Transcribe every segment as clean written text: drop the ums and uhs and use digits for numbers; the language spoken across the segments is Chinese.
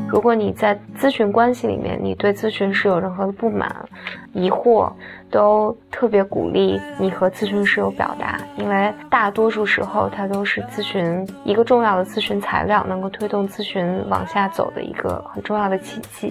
如果你在咨询关系里面，你对咨询师有任何的不满、疑惑，都特别鼓励你和咨询师有表达，因为大多数时候它都是咨询一个重要的咨询材料，能够推动咨询往下走的一个很重要的契机。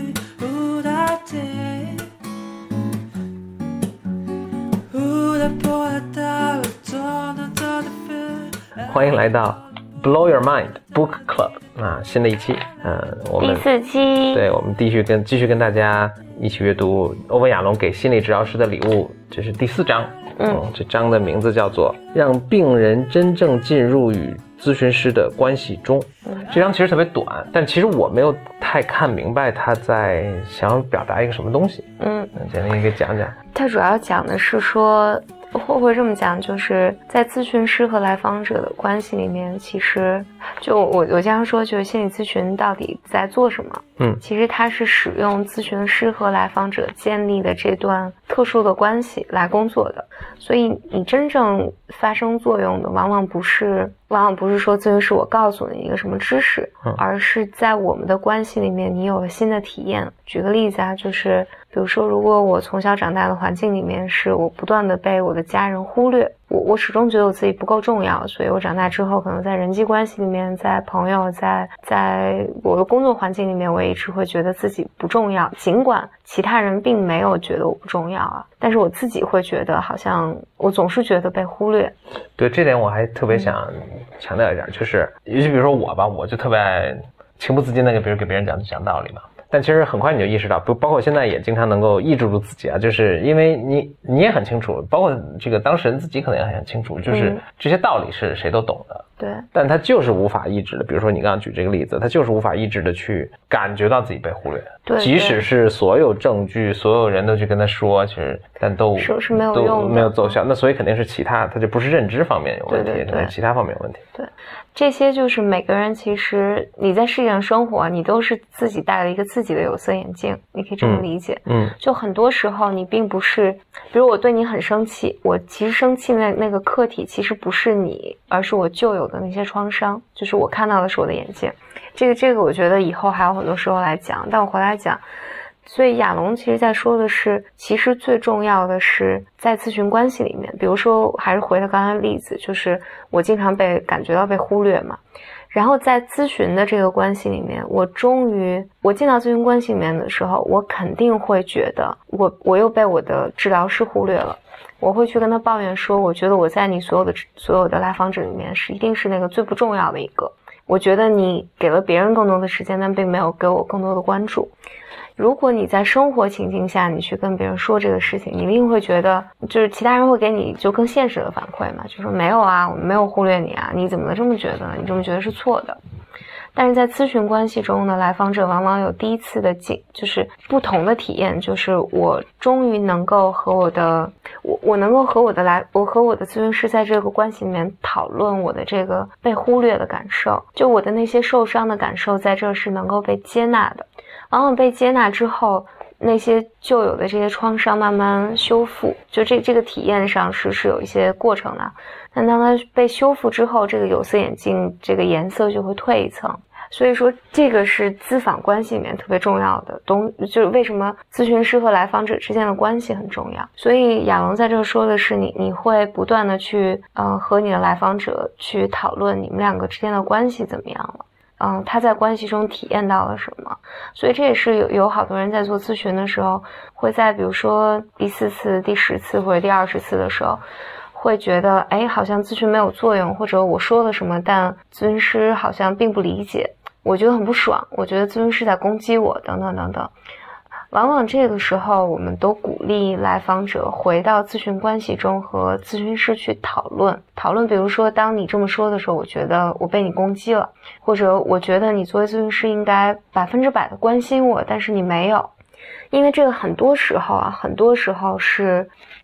欢迎来到 Blow Your Mind Book Club 新的一期，我们第4期， 对，我们继续跟大家一起阅读欧文亚龙给心理治疗师的礼物，这是第4章。这章的名字叫做让病人真正进入与咨询师的关系中。这章其实特别短，但其实我没有太看明白他在想要表达一个什么东西。简单给讲讲。 他主要讲的是说，或者这么讲，就是在咨询师和来访者的关系里面，其实就我经常说，就是心理咨询到底在做什么？其实它是使用咨询师和来访者建立的这段特殊的关系来工作的。所以你真正发生作用的，往往不是说咨询师我告诉你一个什么知识，而是在我们的关系里面，你有了新的体验。举个例子啊，就是比如说，如果我从小长大的环境里面是我不断的被我的家人忽略，我始终觉得我自己不够重要，所以我长大之后可能在人际关系里面，在朋友，在我的工作环境里面，我也一直会觉得自己不重要，尽管其他人并没有觉得我不重要啊，但是我自己会觉得好像我总是觉得被忽略。对， 这点我还特别想强调一下，就是尤其比如说我吧，我就特别爱情不自禁的比如给别人讲道理嘛。但其实很快你就意识到，包括现在也经常能够抑制住自己啊，就是因为你也很清楚，包括这个当事人自己可能也很清楚，就是这些道理是谁都懂的， 对， 但他就是无法抑制的。比如说你刚刚举这个例子，他就是无法抑制的去感觉到自己被忽略， 对， 即使是所有证据，所有人都去跟他说，其实但都是没有用的， 没有奏效。那所以肯定是其他，他就不是认知方面有问题， 对， 其他方面有问题。 对，这些就是每个人，其实你在世界上生活，你都是自己戴了一个自己的有色眼镜，你可以这么理解。就很多时候你并不是，比如我对你很生气，我其实生气那个客体其实不是你，而是我旧有的那些创伤，就是我看到的是我的眼睛。这个我觉得以后还有很多时候来讲，但我回来讲。所以亚龙其实在说的是，其实最重要的是在咨询关系里面，比如说还是回到刚才的例子，就是我经常感觉到被忽略嘛，然后在咨询的这个关系里面，我进到咨询关系里面的时候，我肯定会觉得我又被我的治疗师忽略了，我会去跟他抱怨说，我觉得我在你所有的来访者里面一定是那个最不重要的一个，我觉得你给了别人更多的时间，但并没有给我更多的关注。如果你在生活情境下你去跟别人说这个事情，你一定会觉得就是其他人会给你就更现实的反馈嘛，就说没有啊，我们没有忽略你啊，你怎么这么觉得，你这么觉得是错的。但是在咨询关系中呢，来访者往往有第一次的就是不同的体验，就是我终于能够和我能够和我和我的咨询师在这个关系里面讨论我的这个被忽略的感受，就我的那些受伤的感受在这是能够被接纳的。往往被接纳之后，那些旧有的这些创伤慢慢修复，就这个体验上是有一些过程的，但当它被修复之后，这个有色眼镜这个颜色就会退一层。所以说这个是咨访关系里面特别重要的就是为什么咨询师和来访者之间的关系很重要。所以亚龙在这说的是你会不断的去和你的来访者去讨论你们两个之间的关系怎么样了，他在关系中体验到了什么。所以这也是有好多人在做咨询的时候，会在比如说第4次、第10次或者第20次的时候，会觉得好像咨询没有作用，或者我说了什么但咨询师好像并不理解，我觉得很不爽，我觉得咨询师在攻击我等等等等。往往这个时候我们都鼓励来访者回到咨询关系中和咨询师去讨论，比如说当你这么说的时候，我觉得我被你攻击了，或者我觉得你作为咨询师应该100%的关心我，但是你没有。因为这个很多时候是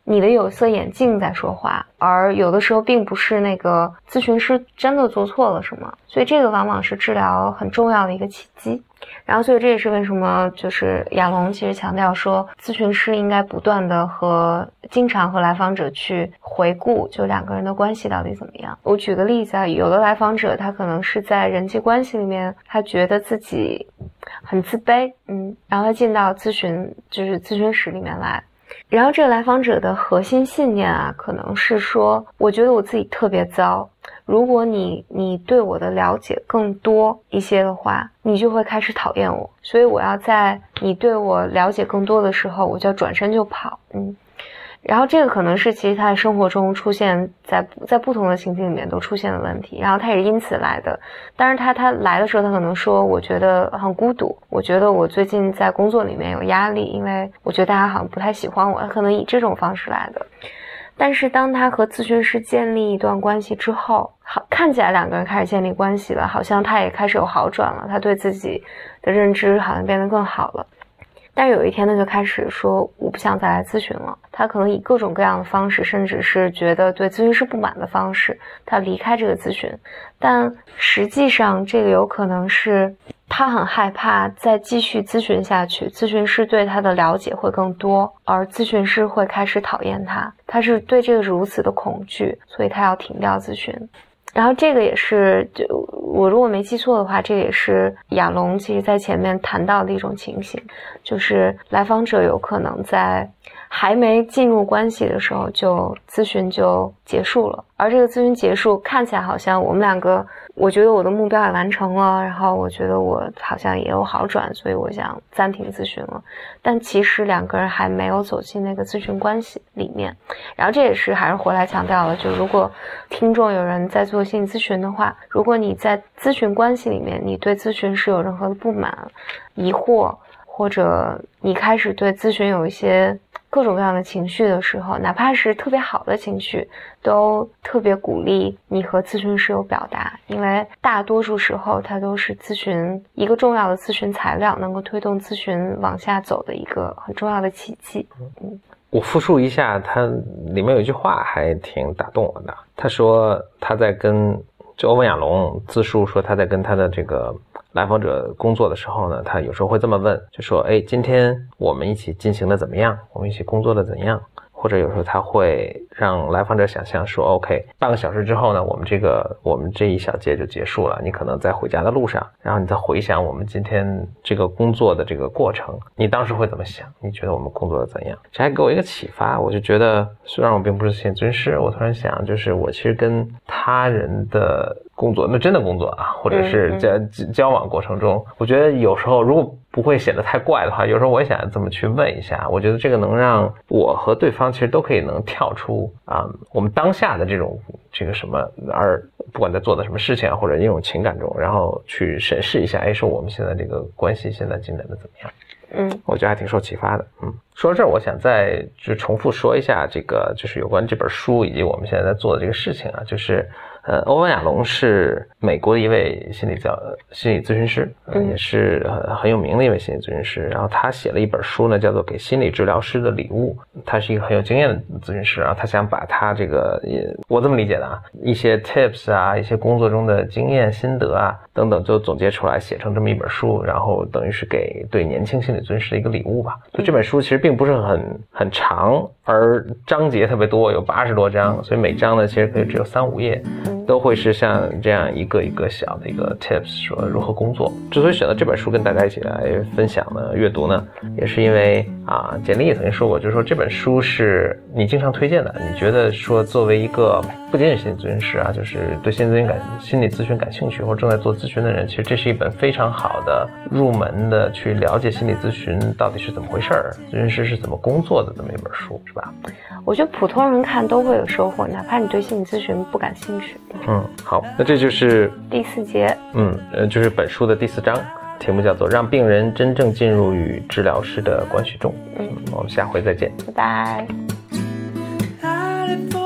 你的有色眼镜在说话，而有的时候并不是那个咨询师真的做错了什么，所以这个往往是治疗很重要的一个契机。然后所以这也是为什么就是亚龙其实强调说，咨询师应该不断的经常和来访者去回顾就两个人的关系到底怎么样。我举个例子啊，有的来访者他可能是在人际关系里面他觉得自己很自卑，然后他进到咨询室里面来，然后这个来访者的核心信念啊，可能是说，我觉得我自己特别糟，如果你对我的了解更多一些的话，你就会开始讨厌我，所以我要在你对我了解更多的时候，我就要转身就跑。然后这个可能是其实他的生活中出现在不同的情境里面都出现的问题，然后他也是因此来的。当然他来的时候，他可能说我觉得很孤独，我觉得我最近在工作里面有压力，因为我觉得大家好像不太喜欢我，他可能以这种方式来的。但是当他和咨询师建立一段关系之后，看起来两个人开始建立关系了，好像他也开始有好转了，他对自己的认知好像变得更好了。但是有一天他就开始说我不想再来咨询了，他可能以各种各样的方式，甚至是觉得对咨询师不满的方式，他离开这个咨询。但实际上这个有可能是他很害怕再继续咨询下去，咨询师对他的了解会更多，而咨询师会开始讨厌他，他是对这个如此的恐惧，所以他要停掉咨询。然后这个也是，就我如果没记错的话，这个也是亚龙其实在前面谈到的一种情形，就是来访者有可能在还没进入关系的时候咨询就结束了，而这个咨询结束看起来好像我们两个，我觉得我的目标也完成了，然后我觉得我好像也有好转，所以我想暂停咨询了，但其实两个人还没有走进那个咨询关系里面。然后这也是还是回来强调了，就如果听众有人在做心理咨询的话，如果你在咨询关系里面你对咨询师有任何的不满、疑惑，或者你开始对咨询有一些各种各样的情绪的时候，哪怕是特别好的情绪，都特别鼓励你和咨询师有表达，因为大多数时候它都是咨询一个重要的咨询材料，能够推动咨询往下走的一个很重要的契机。 我复述一下，它里面有一句话还挺打动我的，他说他在跟欧文亚龙自述说他在跟他的这个来访者工作的时候呢，他有时候会这么问，就说今天我们一起进行的怎么样，我们一起工作的怎样，或者有时候他会让来访者想象说 OK， 半个小时之后呢，我们这一小节就结束了，你可能在回家的路上，然后你再回想我们今天这个工作的这个过程，你当时会怎么想，你觉得我们工作的怎样。这还给我一个启发，我就觉得虽然我并不是心理咨询师，我突然想，就是我其实跟他人的工作，那真的工作啊，或者是交往过程中，我觉得有时候如果不会显得太怪的话，有时候我也想这么去问一下，我觉得这个能让我和对方其实都可以能跳出我们当下的这个什么，而不管在做的什么事情或者一种情感中，然后去审视一下，说我们现在这个关系现在进展的怎么样。我觉得还挺受启发的。说到这儿，我想再就重复说一下这个就是有关这本书以及我们现在在做的这个事情啊，就是欧文亚龙是美国的一位心理咨询师，也是很有名的一位心理咨询师。然后他写了一本书呢，叫做《给心理治疗师的礼物》。他是一个很有经验的咨询师，然后他想把他这个我这么理解的一些 tips 啊，一些工作中的经验心得啊等等，就总结出来写成这么一本书，然后等于是对年轻心理咨询师的一个礼物吧。所以这本书其实并不是很长，而章节特别多，有80多章，所以每章呢其实可以只有3-5页。都会是像这样一个一个小的一个 tips 说如何工作。之所以选择这本书跟大家一起来分享呢阅读呢，也是因为简历也曾经说过，就是说这本书是你经常推荐的，你觉得说作为一个不仅仅心理咨询师就是对心理咨询感兴趣或者正在做咨询的人，其实这是一本非常好的入门的去了解心理咨询到底是怎么回事，咨询师是怎么工作的这么一本书，是吧？ 我觉得普通人看都会有收获，哪怕你对心理咨询不感兴趣。 好，那这就是第4节， 就是本书的第4章，题目叫做让病人真正进入与治疗师的关系中。我们下回再见， 拜拜。